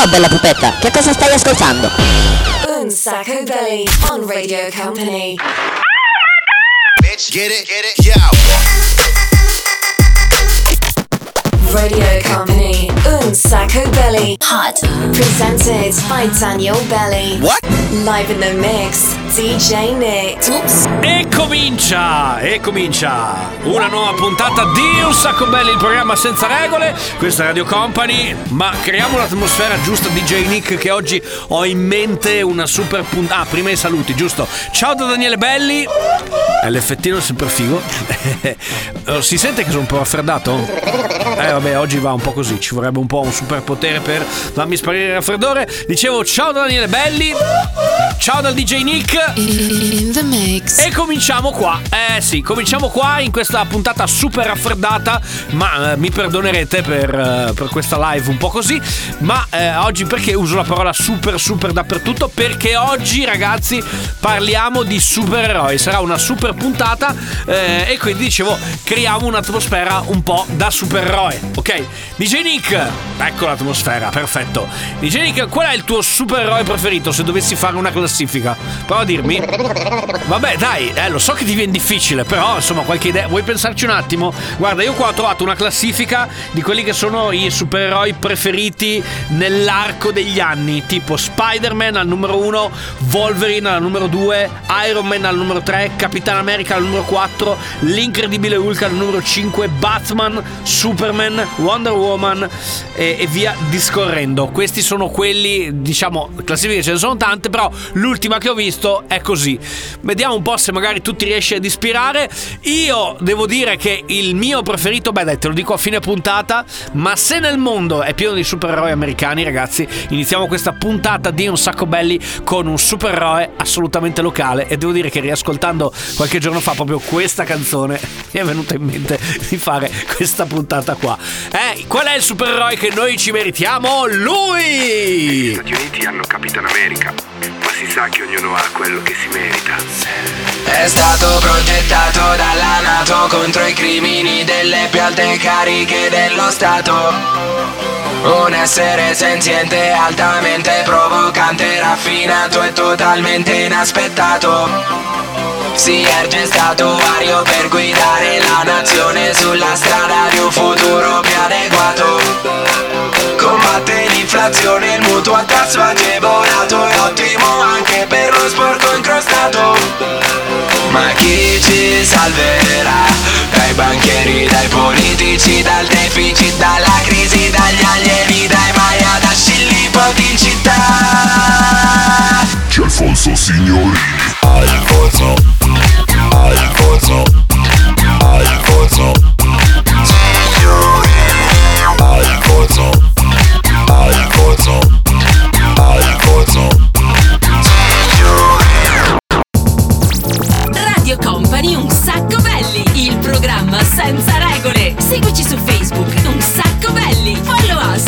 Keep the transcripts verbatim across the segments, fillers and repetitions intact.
Ciao bella pupetta, che cosa stai ascoltando? Un Sacco Belly on Radio Company. Bitch, get it, get it, yo. Radio Company, Un Sacco Belly. Hot. Presented by Daniel Belly. What? Live in the mix, D J Nick. Oops. E comincia, e comincia una nuova puntata di Un Sacco Belli, il programma senza regole. Questa è Radio Company, ma creiamo l'atmosfera giusta, D J Nick, che oggi ho in mente una super puntata. Ah, prima i saluti, giusto? Ciao da Daniele Belli. È l'effettino sempre figo. Si sente che sono un po' raffreddato? Eh vabbè, oggi va un po' così, ci vorrebbe un po' un superpotere per farmi sparire il raffreddore. Dicevo ciao da Daniele Belli. Ciao dal D J Nick. In the mix. E cominciamo qua. Eh sì, cominciamo qua in questa puntata super raffreddata. Ma eh, mi perdonerete per, eh, per questa live un po' così. Ma eh, oggi perché uso la parola super super dappertutto? Perché oggi, ragazzi, parliamo di supereroi. Sarà una super puntata eh, e quindi dicevo creiamo un'atmosfera un po' da supereroe. Ok, D J Nick, ecco l'atmosfera, perfetto. D J Nick, qual è il tuo supereroe preferito se dovessi fare una classifica? Prova a dirmi. Vabbè dai, eh, lo so che ti viene difficile, però insomma qualche idea, vuoi pensarci un attimo? Guarda, io qua ho trovato una classifica di quelli che sono i supereroi preferiti nell'arco degli anni, tipo Spider-Man al numero uno, Wolverine al numero due, Iron Man al numero tre, Capitan America al numero quattro, l'Incredibile Hulk al numero cinque, Batman, Superman, Wonder Woman e, e via discorrendo. Questi sono quelli, diciamo, classifiche ce ne sono tante, però l'ultima che ho visto è così. Vediamo un po' se magari tu ti riesci ad ispirare. Io devo dire che il mio preferito, beh dai, te lo dico a fine puntata, ma se nel mondo è pieno di supereroi americani, ragazzi, iniziamo questa puntata di Un Sacco Belli con un supereroe assolutamente locale. E devo dire che riascoltando qualche giorno fa proprio questa canzone mi è venuta in mente di fare questa puntata qua. Eh, qual è il supereroe che noi ci meritiamo? Lui! Gli Stati Uniti hanno Capitan America, ma si sa che ognuno ha quello che si merita. È stato progettato dalla NATO contro i crimini delle più alte cariche dello Stato. Un essere senziente, altamente provocante, raffinato e totalmente inaspettato. Si erge statuario per guidare la nazione sulla strada di un futuro più adeguato. Combatte l'inflazione, il mutuo a tasso agevolato, è ottimo anche per lo sporco incrostato. Ma chi ci salverà? Dai banchieri, dai politici, dal deficit, dalla crisi, dagli alieni, dai Maya, da scillipoti in città. C'è Alfonso Signorini. Alfonso, Alfonso, Alfonso Signorini. Alfonso, Alfonso, Alfonso Signorini. Radio Company Un Sacco Belli, il programma senza regole. Seguici su Facebook, Un Sacco Belli. Follow us.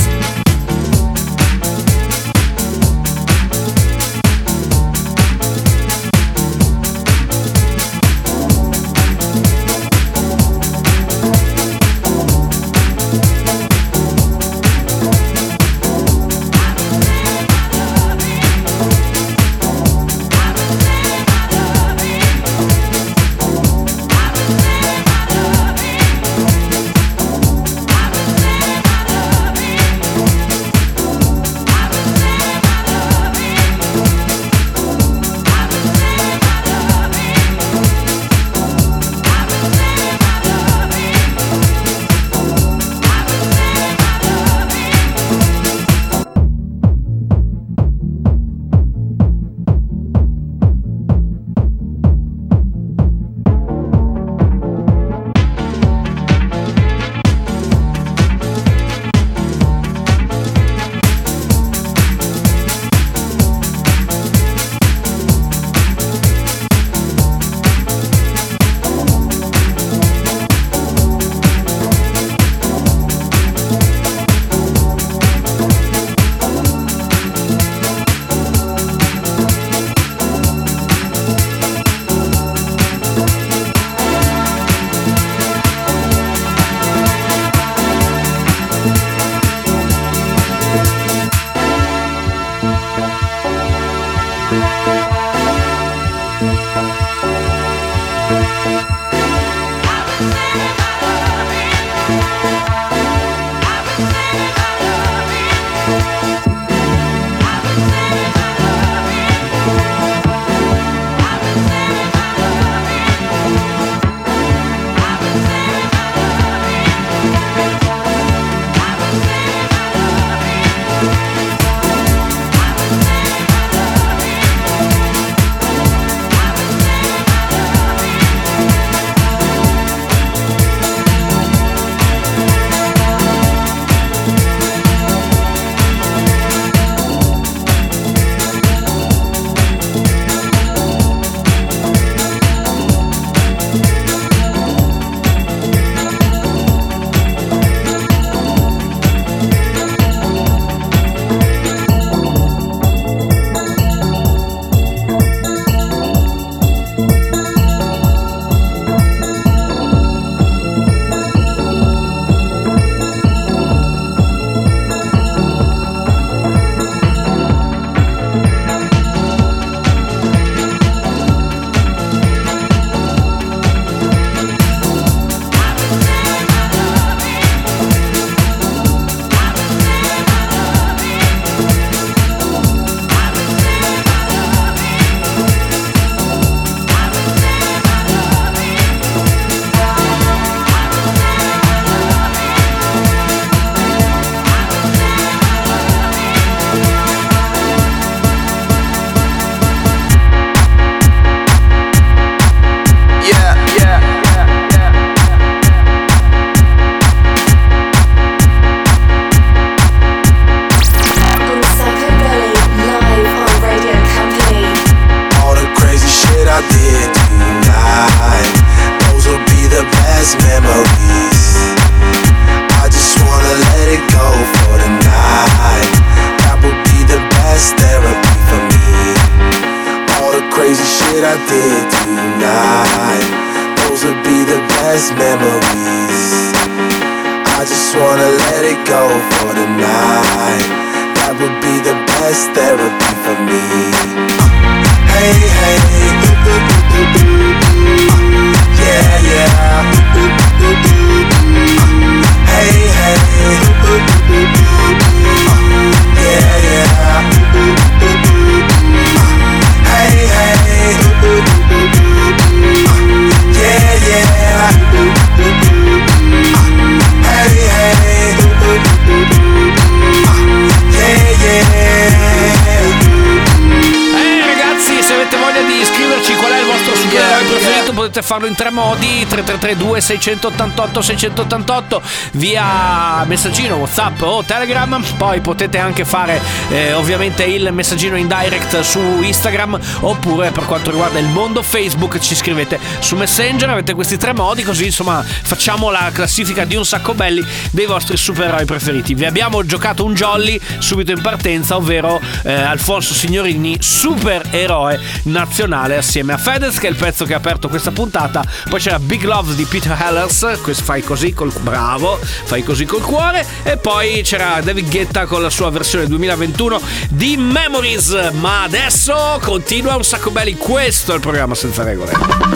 best memories. I just wanna let it go for tonight. That would be the best therapy for me. Hey, hey, ooh, ooh, ooh, ooh, ooh. Yeah, yeah. Ooh, ooh, ooh, ooh. Hey, hey, ooh, ooh, ooh, ooh. Yeah, yeah. Ooh, ooh, ooh, ooh. Hey, hey, ooh, ooh, ooh, ooh. Yeah, yeah. Ooh, ooh, ooh, ooh. Hey, hey, ooh, ooh, ooh, ooh. Yeah, yeah. Eh ragazzi, se avete voglia di scriverci qual è il vostro supereroe yeah, preferito yeah. potete farlo in tre modi: tre tre tre due sei otto otto sei otto otto via messaggino, WhatsApp o Telegram. Poi potete anche fare eh, ovviamente il messaggino in direct su Instagram, oppure per quanto riguarda il mondo Facebook ci scrivete su Messenger. Avete questi tre modi, così insomma facciamo la classifica di un sacco belli dei vostri supereroi preferiti. Vi abbiamo giocato un jolly subito in partenza, ovvero eh, Alfonso Signorini, supereroe nazionale, assieme a Fedez, che è il pezzo che ha aperto questa puntata. Poi c'era Big Love di Peter Hellers, questo fai così col bravo, fai così col cuore, e poi c'era David Guetta con la sua versione duemilaventuno di Memories. Ma adesso continua un sacco belli, questo è il programma Senza Regole.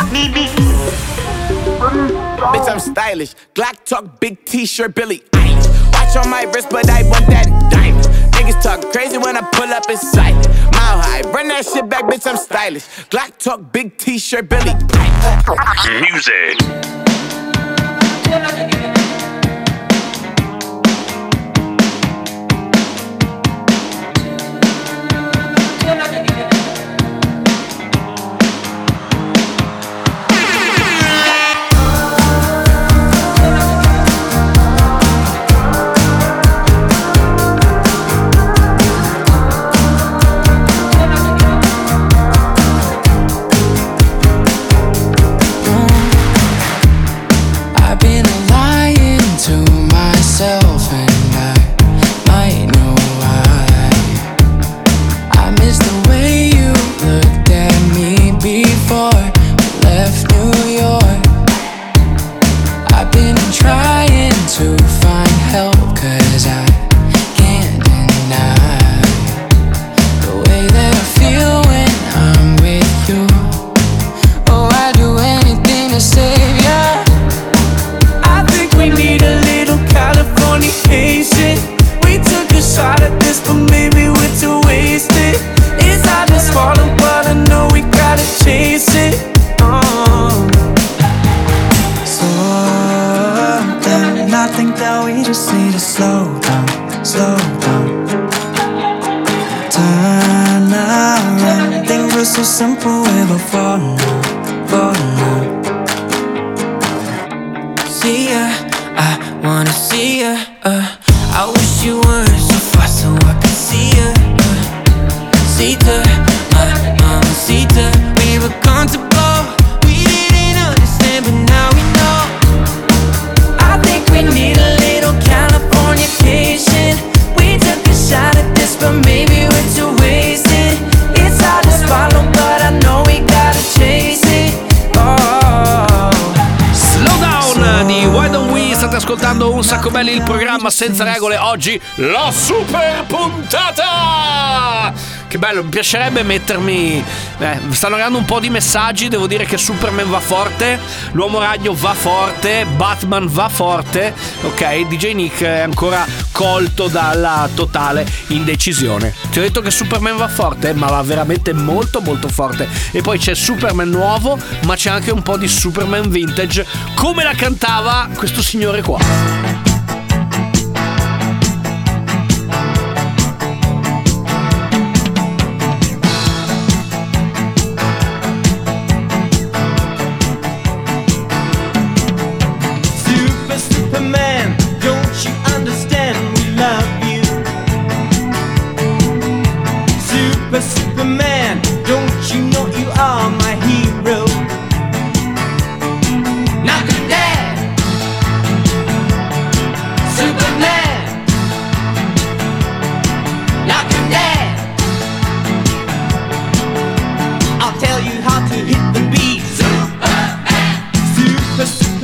Bitch, I'm stylish. Glock talk, big t-shirt, Billy Eilish. Watch on my wrist, but I want that diamond. Niggas talk crazy when I pull up in sight. Mile high, run that shit back, bitch, I'm stylish. Glock talk, big t-shirt, Billy Eilish. Music. Un sacco belli, il programma Senza Regole. Oggi la super puntata. Che bello, mi piacerebbe mettermi eh, stanno arrivando un po' di messaggi. Devo dire che Superman va forte, l'Uomo Ragno va forte, Batman va forte. Ok, D J Nick è ancora colto dalla totale indecisione. Ti ho detto che Superman va forte, ma va veramente molto molto forte. E poi c'è Superman nuovo, ma c'è anche un po' di Superman vintage, come la cantava questo signore qua.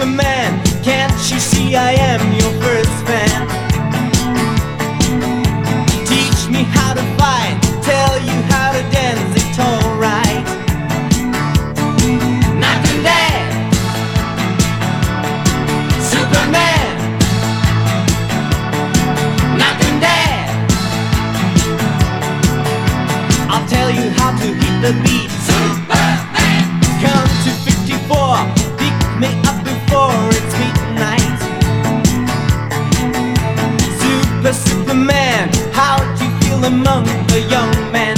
Superman, can't you see I am your first fan? Teach me how to fight, tell you how to dance, it's alright. Not today, Superman. Not today. I'll tell you how to hit the beat. Superman. Come to fifty-four, pick me up before it's midnight. Super Superman, how do you feel among the young men?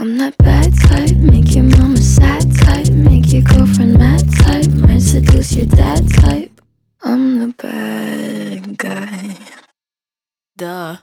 I'm that bad type, make your mama sad type, make your girlfriend mad type, might seduce your dad type. I'm the bad guy. Duh.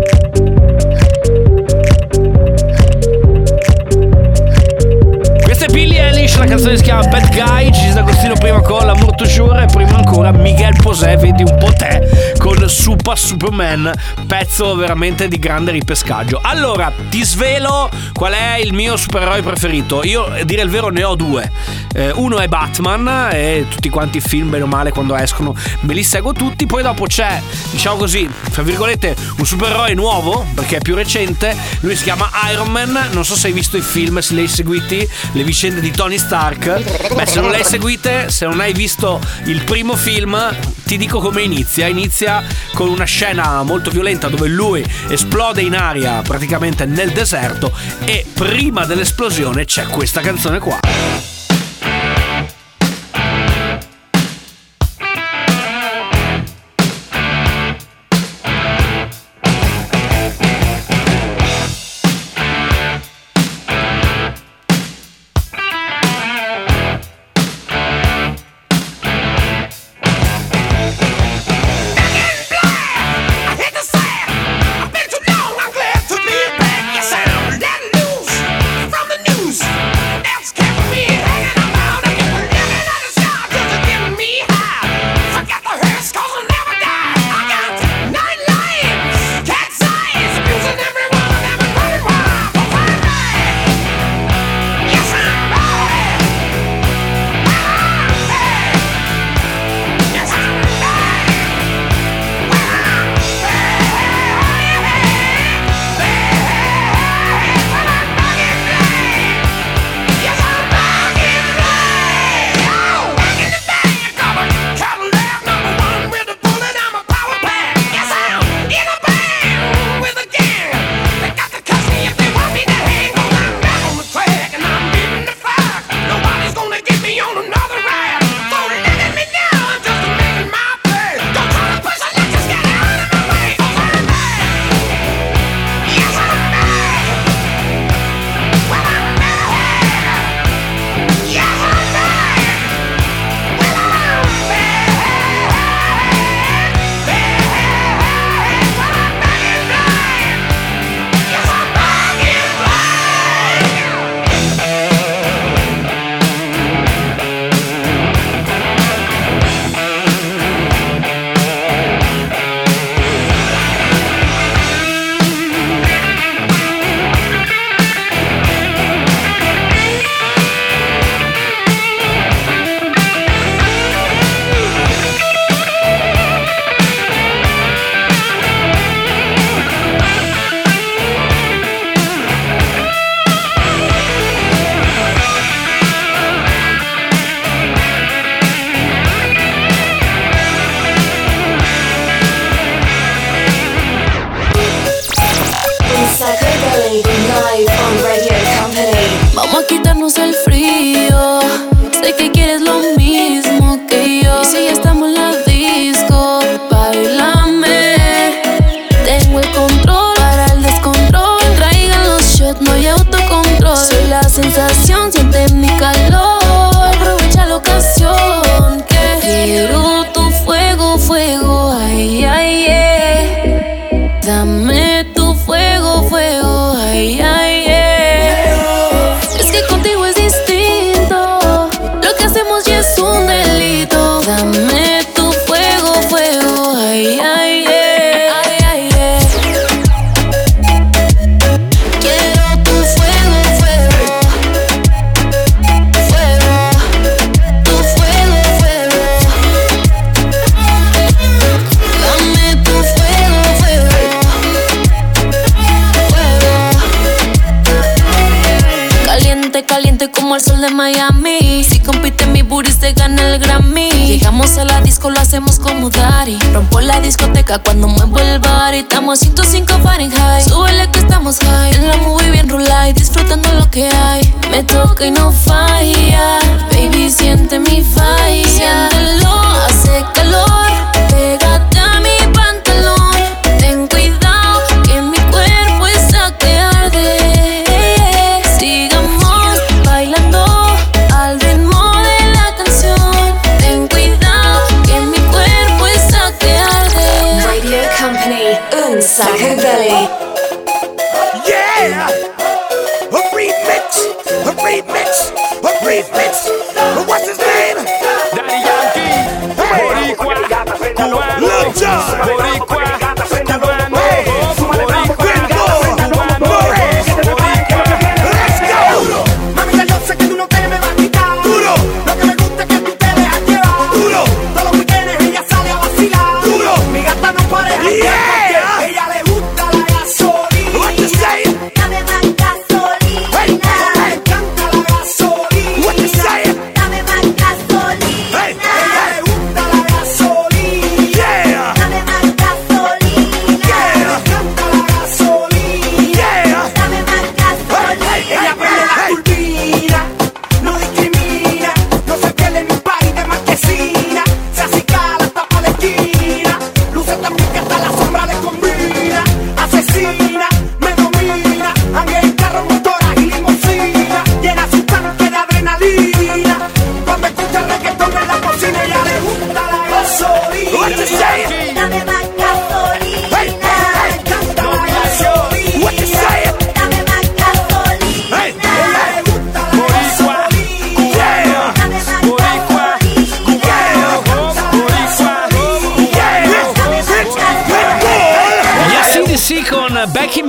Questa è Billie Eilish, la canzone si chiama Bad Guy. Gigi D'Agostino prima con l'Amour Toujours e prima ancora Miguel Posé, vedi un po' te, con Super Superman, pezzo veramente di grande ripescaggio. Allora, ti svelo qual è il mio supereroe preferito. Io, a dire il vero, ne ho due. eh, Uno è Batman, e tutti quanti i film, bene o male, quando escono me li seguo tutti. Poi dopo c'è, diciamo così, fra virgolette, un supereroe nuovo, perché è più recente. Lui si chiama Iron Man. Non so se hai visto i film, se li hai seguiti, le vicende di Tony Stark. Beh, se non le hai seguite, se non hai visto il primo film, ti dico come inizia. Inizia con una scena molto violenta dove lui esplode in aria praticamente nel deserto, e prima dell'esplosione c'è questa canzone qua. Vamos a quitarnos el frío. Sé que quieres lo mismo que yo. Y si ya estamos en la disco, bailame. Tengo el control para el descontrol. Que traigan los shots, no hay autocontrol. Soy la sensación, siente mi calor. Aprovecha la ocasión, que quiero tu fuego, fuego. Ay, ay, ay. Dame tu fuego, fuego. Ay, ay, ay. Es un delito. Dame tu fuego, fuego. Ay, ay, ay, ay, ay, ay. Quiero tu fuego, fuego. Fuego. Tu fuego, fuego. Dame tu fuego, fuego. Fuego. Caliente, caliente como el sol de Miami. Si compite mi booty se gana el Grammy. Llegamos a la disco, lo hacemos como Daddy. Rompo la discoteca cuando muevo el body. Estamos a ciento cinco Fahrenheit. Súbele que estamos high. En la movie bien rulay, disfrutando lo que hay. Me toca y no falla. Baby, siente mi falla. Siéntelo, hace calor. Pégate a mi pantalón. Ten cuidado que mi cuerpo está que arde.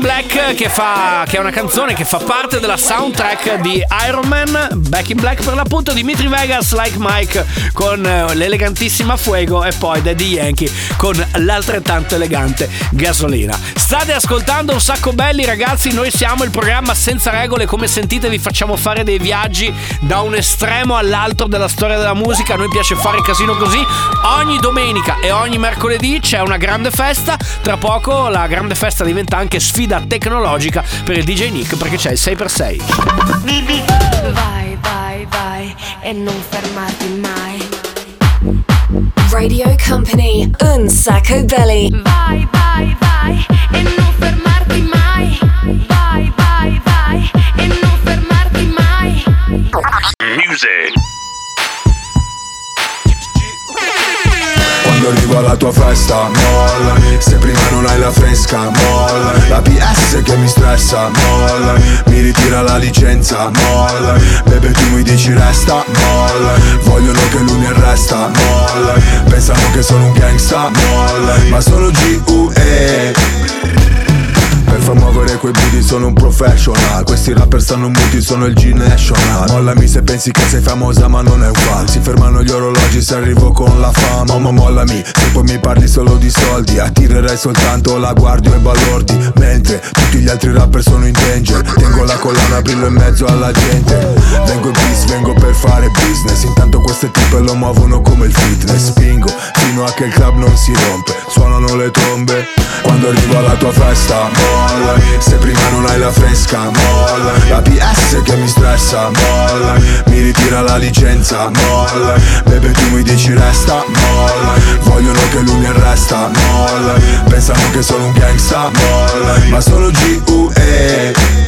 Black, che fa che è una canzone che fa parte della soundtrack di Iron Man, Back in Black per l'appunto, Dimitri Vegas, Like Mike con l'elegantissima Fuego e poi Daddy Yankee con l'altrettanto elegante Gasolina. State ascoltando Un Sacco Belli, ragazzi, noi siamo il programma senza regole, come sentite vi facciamo fare dei viaggi da un estremo all'altro della storia della musica, a noi piace fare casino così. Ogni domenica e ogni mercoledì c'è una grande festa, tra poco la grande festa diventa anche sfida tecnologica per il D J Nick perché c'è il sei per sei. Vai, vai, vai e non fermarti mai. Radio Company, Un Sacco Belly. Vai, vai, vai e non fermarti mai. Vai, vai, vai e non fermarti mai. Music. Quando arrivo alla tua festa, molla. Se prima non hai la fresca, molla. La P S che mi stressa, molla. Mi ritira la licenza, molla. Bebe tu mi dici resta, molla. Vogliono che lui mi arresta, molla. Pensano che sono un gangsta, molla. Ma sono G U E. Per far muovere quei booty sono un professional. Questi rapper stanno muti, sono il G-National. Mollami se pensi che sei famosa ma non è un fan. Si fermano gli orologi se arrivo con la fama. Ma mollami se poi mi parli solo di soldi. Attirerai soltanto la guardia e balordi. Mentre tutti gli altri rapper sono in danger. Tengo la collana, brillo in mezzo alla gente. Vengo in peace, vengo per fare business. Intanto queste tipe lo muovono come il fitness. Spingo fino a che il club non si rompe. Suonano le trombe quando arrivo alla tua festa, molla. Se prima non hai la fresca, molla. La P S che mi stressa, molla. Mi ritira la licenza, molla. Bebe tu mi dici resta, molla. Vogliono che lui mi arresta, molla. Pensano che sono un gangsta, molla. Ma sono G U E.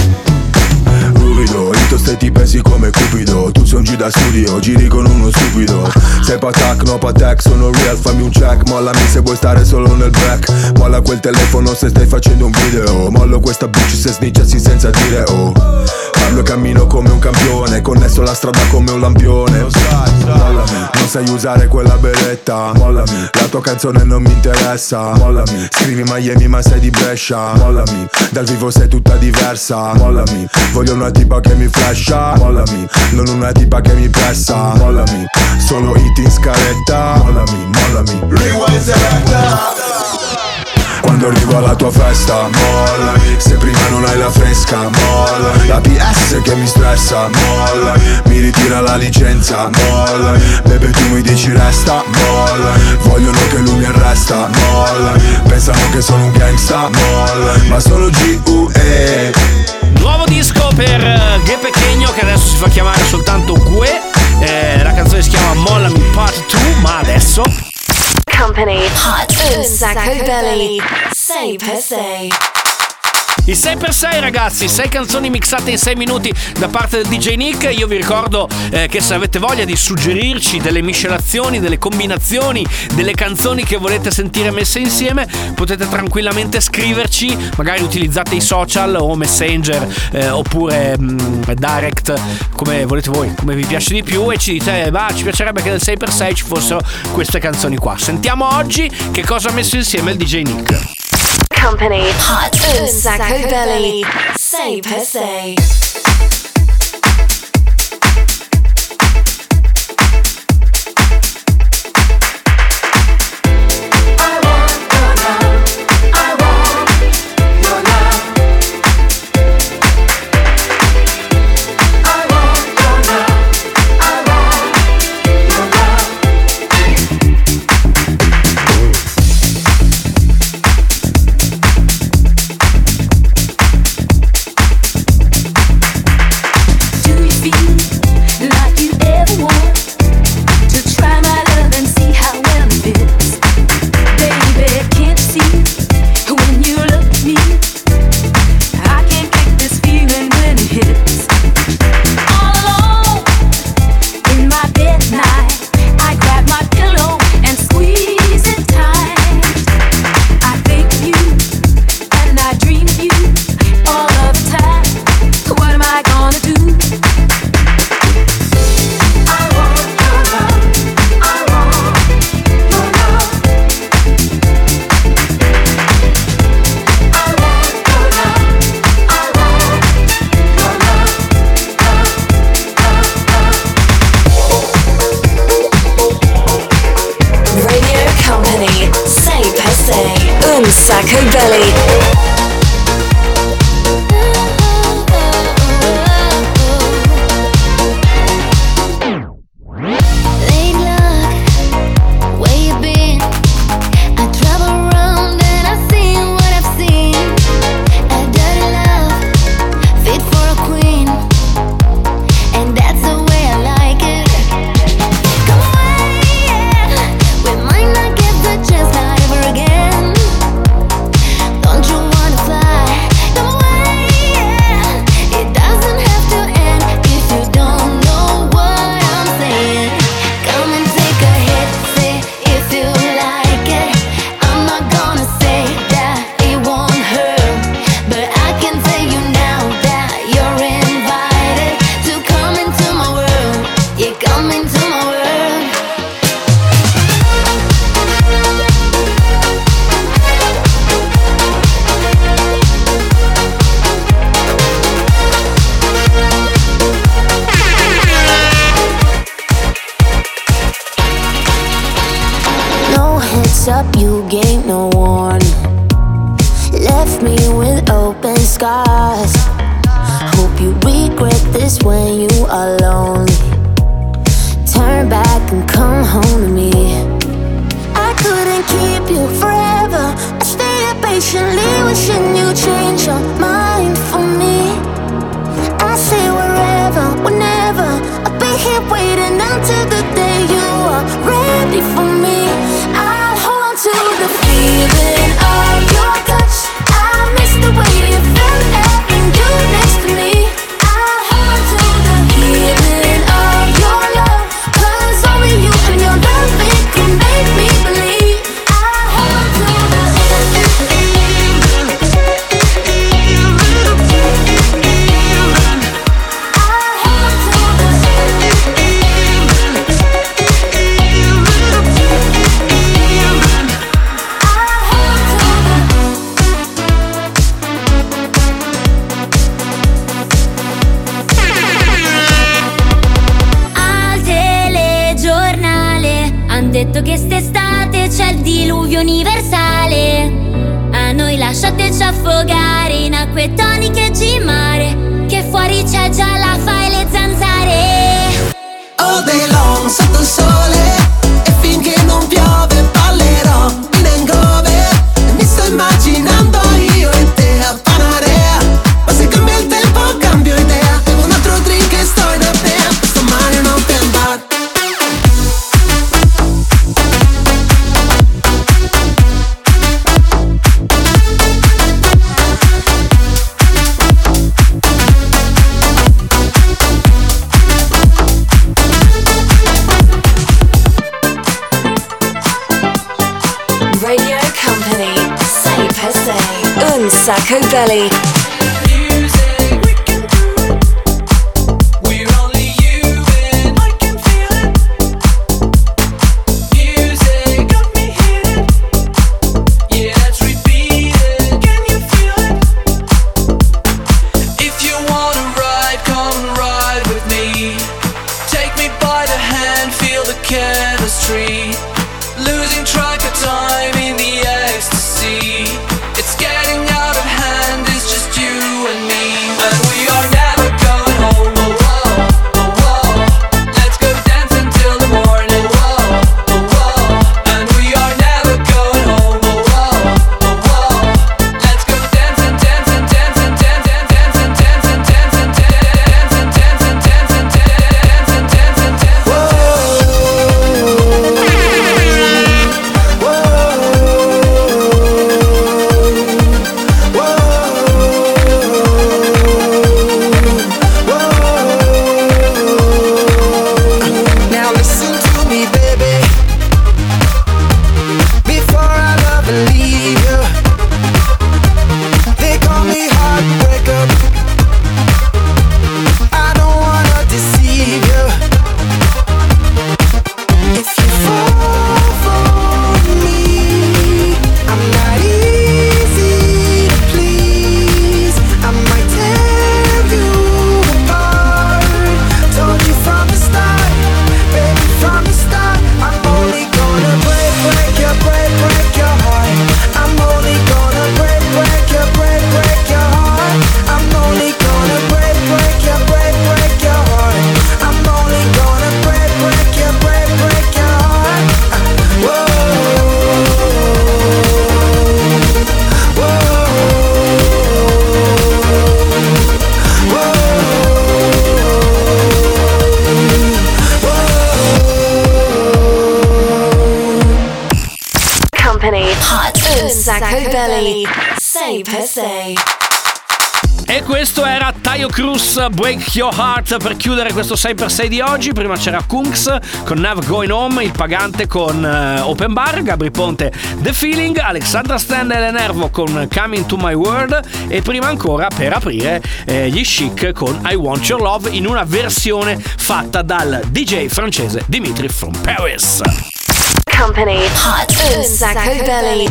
Ito stai ti pensi come Cupido. Tu sei un G da studio, giri con uno stupido. Sei patak, no patak, sono real, fammi un check. Mollami se vuoi stare solo nel back. Molla quel telefono se stai facendo un video. Mollo questa bitch se snitchassi senza dire oh. Parlo e cammino come un campione, connesso la strada come un lampione. Mollami, non sai usare quella beretta. Mollami, la tua canzone non mi interessa. Mollami, scrivi Miami ma sei di Brescia. Mollami, dal vivo sei tutta diversa. Mollami, voglio una tipa che mi flasha. Mollami, non una tipa che mi pressa. Mollami, solo hit in scaletta. Mollami, mollami, rewind selecta. Quando arrivo alla tua festa, molla. Se prima non hai la fresca, molla. La P S che mi stressa, molla. Mi ritira la licenza, molla. Bebe tu mi dici resta, molla. Vogliono che lui mi arresta, molla. Pensano che sono un gangsta, molla. Ma sono G U E. Nuovo disco per uh, Gue Pequeno che adesso si fa chiamare soltanto Gue. eh, La canzone si chiama Mollami Part due, ma adesso Company, Hot Un Sacco Belly, sei per sei. il sei per sei ragazzi, sei canzoni mixate in sei minuti da parte del D J Nick. Io vi ricordo eh, che se avete voglia di suggerirci delle miscelazioni, delle combinazioni, delle canzoni che volete sentire messe insieme, potete tranquillamente scriverci. Magari utilizzate i social o Messenger eh, oppure mh, Direct, come volete voi, come vi piace di più, e ci dite va, ci piacerebbe che nel sei per sei ci fossero queste canzoni qua. Sentiamo oggi che cosa ha messo insieme il D J Nick. Company, Hot Un Sacco Belly, sei per sei. mess up, you gave no warning. Left me with open scars. Hope you regret this when you are lonely. Turn back and come home to me. I couldn't keep you forever. I stayed patiently wishing you change your mind for me. I say wherever, whenever, I'll be here waiting until the day you are ready for me. I'll hold to the feeling of your touch. I miss the way you felt having you next to me. I'll hold to the feeling of your love, 'cause only you and your love, it can make me believe. I'll hold to the detto che st'estate c'è il diluvio universale. A noi lasciateci affogare in acque toniche e G mare, che fuori c'è già la fa e le zanzare. All day long sotto il sole, e finché non piove ballerò in hangover. E mi sto immaginando io e te a Panarea, ma se cambia il tempo cambio idea. Bevo un altro drink e sto in apnea, sto male un open bar. Radio Company, say per se, un sacco belly. Sacco Belly, sei per sei. E questo era Taio Cruz, Break Your Heart, per chiudere questo sei per sei di oggi. Prima c'era Kunks con Never Going Home, Il Pagante con uh, Open Bar, Gabri Ponte The Feeling, Alexandra Stenda e Le Nervo con Coming to My World, e prima ancora, per aprire, eh, gli Chic con I Want Your Love, in una versione fatta dal D J francese Dimitri from Paris. Company Hot un Sacco Belly.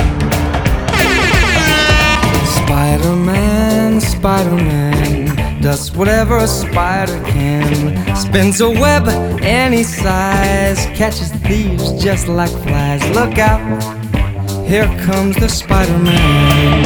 Spider-Man, Spider-Man, does whatever a spider can. Spins a web any size, catches thieves just like flies. Look out, here comes the Spider-Man.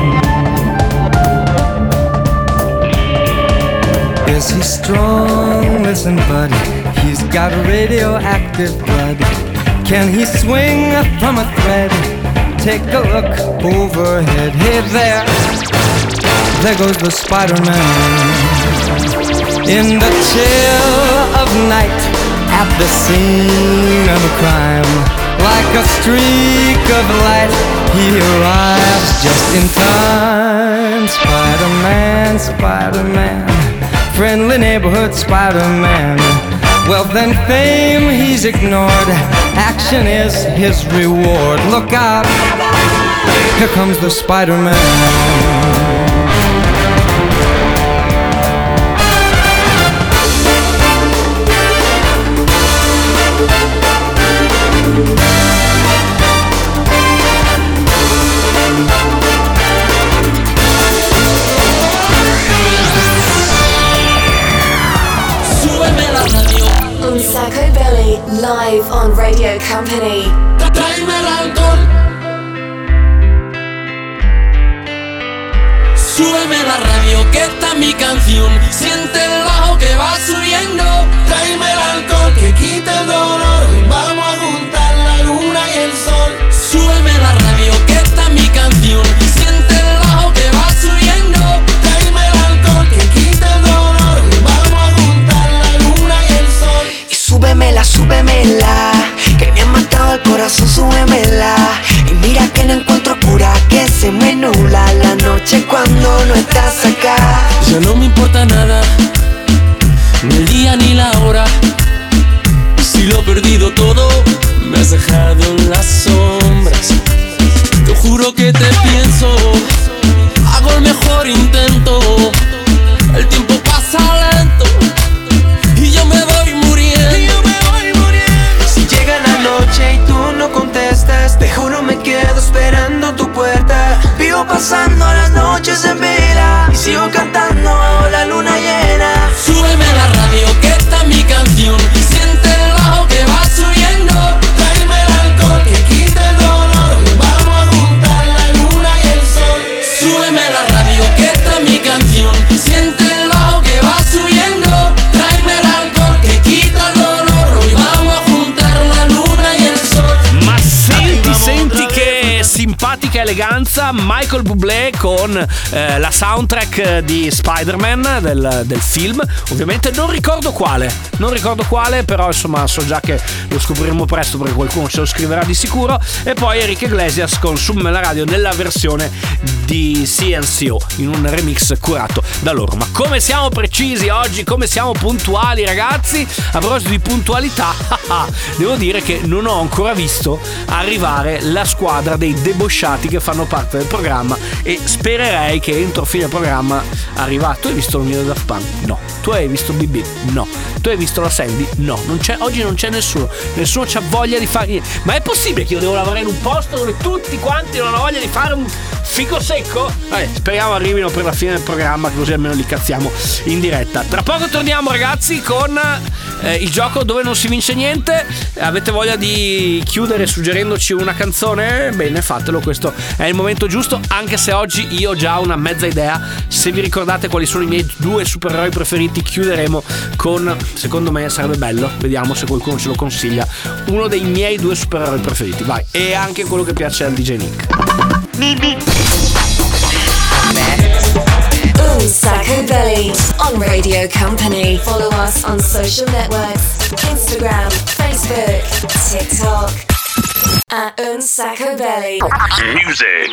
Is he strong? Listen, buddy, he's got radioactive blood. Can he swing from a thread? Take a look overhead. Hey there, there goes the Spider-Man. In the chill of night, at the scene of a crime, like a streak of light, he arrives just in time. Spider-Man, Spider-Man, friendly neighborhood Spider-Man. Wealth and fame he's ignored, action is his reward. Look out, here comes the Spider-Man. Sacco Belly, live on Radio Company. Tráeme el alcohol. Súbeme la radio, que está mi canción. Siente el bajo que va subiendo. Tráeme el alcohol que quita el dolor. Vamos a juntar la luna y el sol. Súbeme la radio, que está mi canción. Siente el bajo que va subiendo. Tráeme el alcohol que quita el dolor. Vamos a juntar la luna y el sol. Súbemela, súbemela, que me ha matado el corazón, súbemela. Y mira que no encuentro cura, que se me nubla la noche cuando no estás acá. Ya no me importa nada, ni el día ni la hora. Si lo he perdido todo, me has dejado en las sombras. Te juro que te pienso, hago el mejor intento. El tiempo pasa lento y yo me voy muriendo. Y yo me voy muriendo. Si llega la noche y tú no contestas, te juro me quedo esperando tu puerta. Vivo pasando las noches en vela y sigo cantando bajo la luna llena. Súbeme la radio, que está mi canción. Siente el bajo que va subiendo. Tráeme el alcohol que quita el dolor. Vamos a juntar la luna y el sol. Súbeme la radio, que está mi canción. Siente el bajo que va subiendo. Tráeme el alcohol que quita el dolor. Hoy vamos a juntar la luna y el sol. Ma senti, senti che simpatica eleganza. Michael Bublé con eh, la soundtrack di Spider-Man del, del film. Ovviamente non ricordo quale, non ricordo quale, però insomma so già che lo scopriremo presto perché qualcuno ce lo scriverà di sicuro. E poi Enrique Iglesias con Súbeme la radio nella versione di C N C O in un remix curato da loro. Ma come siamo precisi oggi, come siamo puntuali ragazzi. A proposito di puntualità, devo dire che non ho ancora visto arrivare la squadra dei debosciati che fanno parte del programma e spererei che entro fine programma arriva. Tu hai visto il mio Daft Punk? No. Tu hai visto B B? No. Tu hai visto la Sandy? No. Non c'è, oggi non c'è nessuno. Nessuno c'ha voglia di fare niente. Ma è possibile che io devo lavorare in un posto dove tutti quanti non hanno voglia di fare un fico secco? Vabbè, speriamo arrivino per la fine del programma, così almeno li cazziamo in diretta. Tra poco torniamo ragazzi con eh, il gioco dove non si vince niente. Avete voglia di chiudere suggerendoci una canzone? Bene, fatelo, questo è il momento giusto, anche se oggi io ho già una mezza idea. Se vi ricordate quali sono i miei due supereroi preferiti, chiuderemo con, secondo me sarebbe bello, vediamo se qualcuno ce lo consiglia, uno dei miei due supereroi preferiti, vai, e anche quello che piace al D J Nick. Un Sacco Belly on Radio Company. Follow us on social networks, Instagram, Facebook, TikTok at Un Sacco Belly. Music.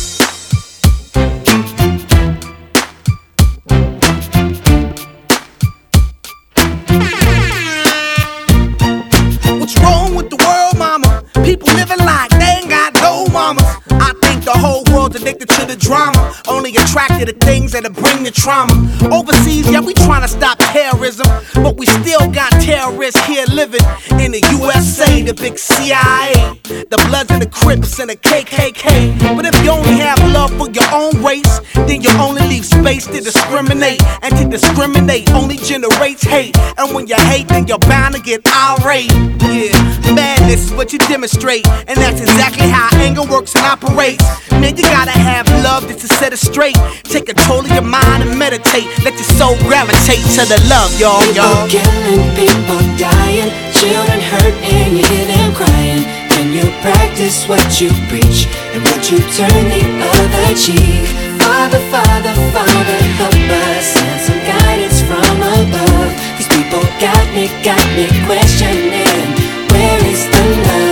What's wrong with the world, mama? People living like they ain't got no mamas. I think the whole world Lords addicted to the drama, only attracted to things that'll bring the trauma. Overseas, yeah, we trying to stop terrorism, but we still got terrorists here living in the U S A, the big C I A, the Bloods and the Crips and the K K K. But if you only have love for your own race, then you only leave space to discriminate, and to discriminate only generates hate. And when you hate, then you're bound to get irate. Yeah, madness is what you demonstrate, and that's exactly how anger works and operates. Man, you gotta have love just to set it straight. Take control of your mind and meditate. Let your soul gravitate to the love, y'all, y'all. People killing, people dying, children hurt and you hear them crying. When you practice what you preach, and would you turn the other cheek? Father, Father, Father, help us, send some guidance from above. These people got me, got me questioning, where is the love?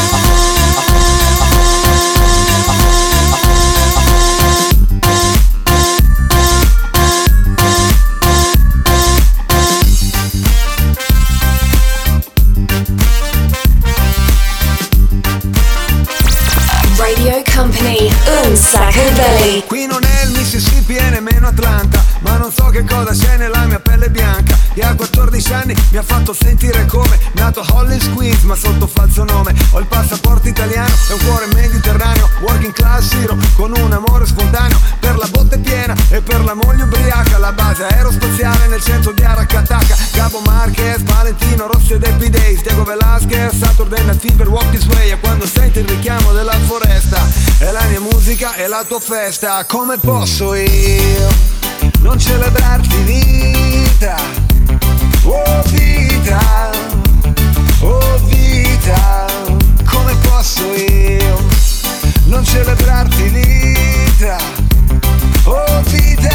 Radio Company, un sacco belli. Qui non è il Mississippi e nemmeno Atlanta, ma non so che cosa c'è nella mia pelle bianca. E a quattordici anni mi ha fatto sentire come nato Hollis Queens, ma sotto falso nome. Ho il passaporto italiano e un cuore mediterraneo, working class hero con un amore spontaneo per la botte piena e per la moglie ubriaca. La base aerospaziale nel centro di Aracataca. Gabo Marquez, Valentino Rossi ed Happy Days, Diego Velasquez, Saturday Night Fever, Walk This Way. E quando senti il richiamo della foresta, è la mia musica e la tua festa. Come posso io non celebrarti vita? Oh vita, oh vita. Come posso io non celebrarti vita? Oh vita,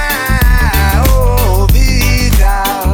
oh vita.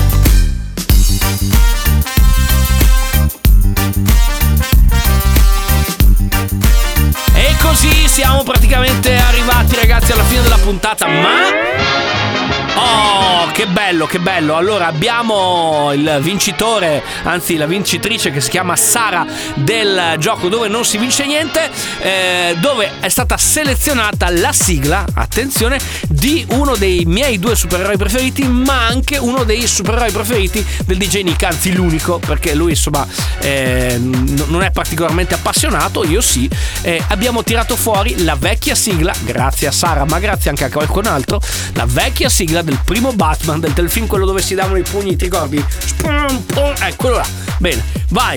E così siamo praticamente arrivati, ragazzi, alla fine della puntata, ma... Oh, che bello, che bello. Allora abbiamo il vincitore, anzi la vincitrice, che si chiama Sara, del gioco dove non si vince niente, eh, dove è stata selezionata la sigla, attenzione, di uno dei miei due supereroi preferiti, ma anche uno dei supereroi preferiti del D J Nick, anzi l'unico, perché lui insomma eh, n- non è particolarmente appassionato, io sì. Eh, abbiamo tirato fuori la vecchia sigla, grazie a Sara, ma grazie anche a qualcun altro, la vecchia sigla del primo Batman, del telefilm, quello dove si davano i pugni, ti ricordi? Spum, pum, eh, quello là. Bene, vai.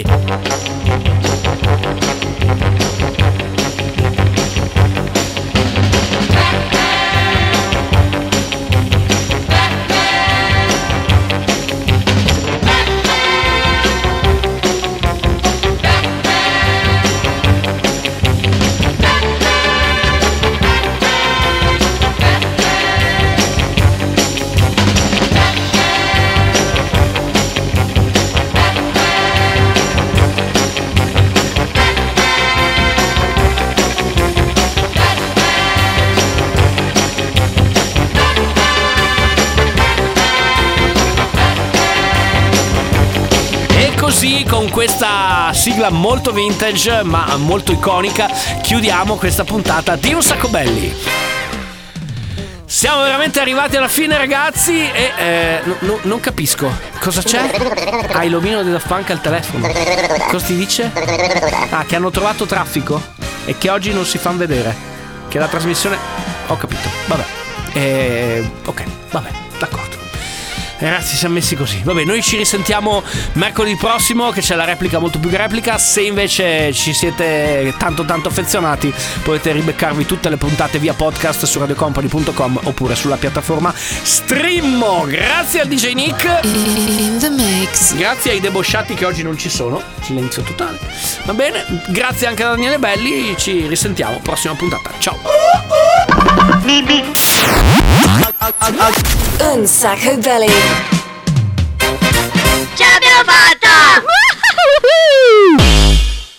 Con questa sigla molto vintage ma molto iconica chiudiamo questa puntata di Un Sacco Belli. Siamo veramente arrivati alla fine, ragazzi, e eh, no, no, non capisco cosa c'è. Hai l'omino della Funk al telefono. Cosa ti dice? Ah, che hanno trovato traffico e che oggi non si fanno vedere, che la trasmissione... Ho capito, vabbè, eh, ok, vabbè, d'accordo. Ragazzi, siamo messi così. Vabbè, noi ci risentiamo mercoledì prossimo, che c'è la replica molto più che replica. Se invece ci siete tanto tanto affezionati, potete ribeccarvi tutte le puntate via podcast su radio company punto com oppure sulla piattaforma Streammo. Grazie al D J Nick, in the mix. Grazie ai debosciati che oggi non ci sono. Silenzio totale. Va bene. Grazie anche a Daniele Belli. Ci risentiamo prossima puntata. Ciao. Un Sacco Belli. Ce l'abbiamo fatta!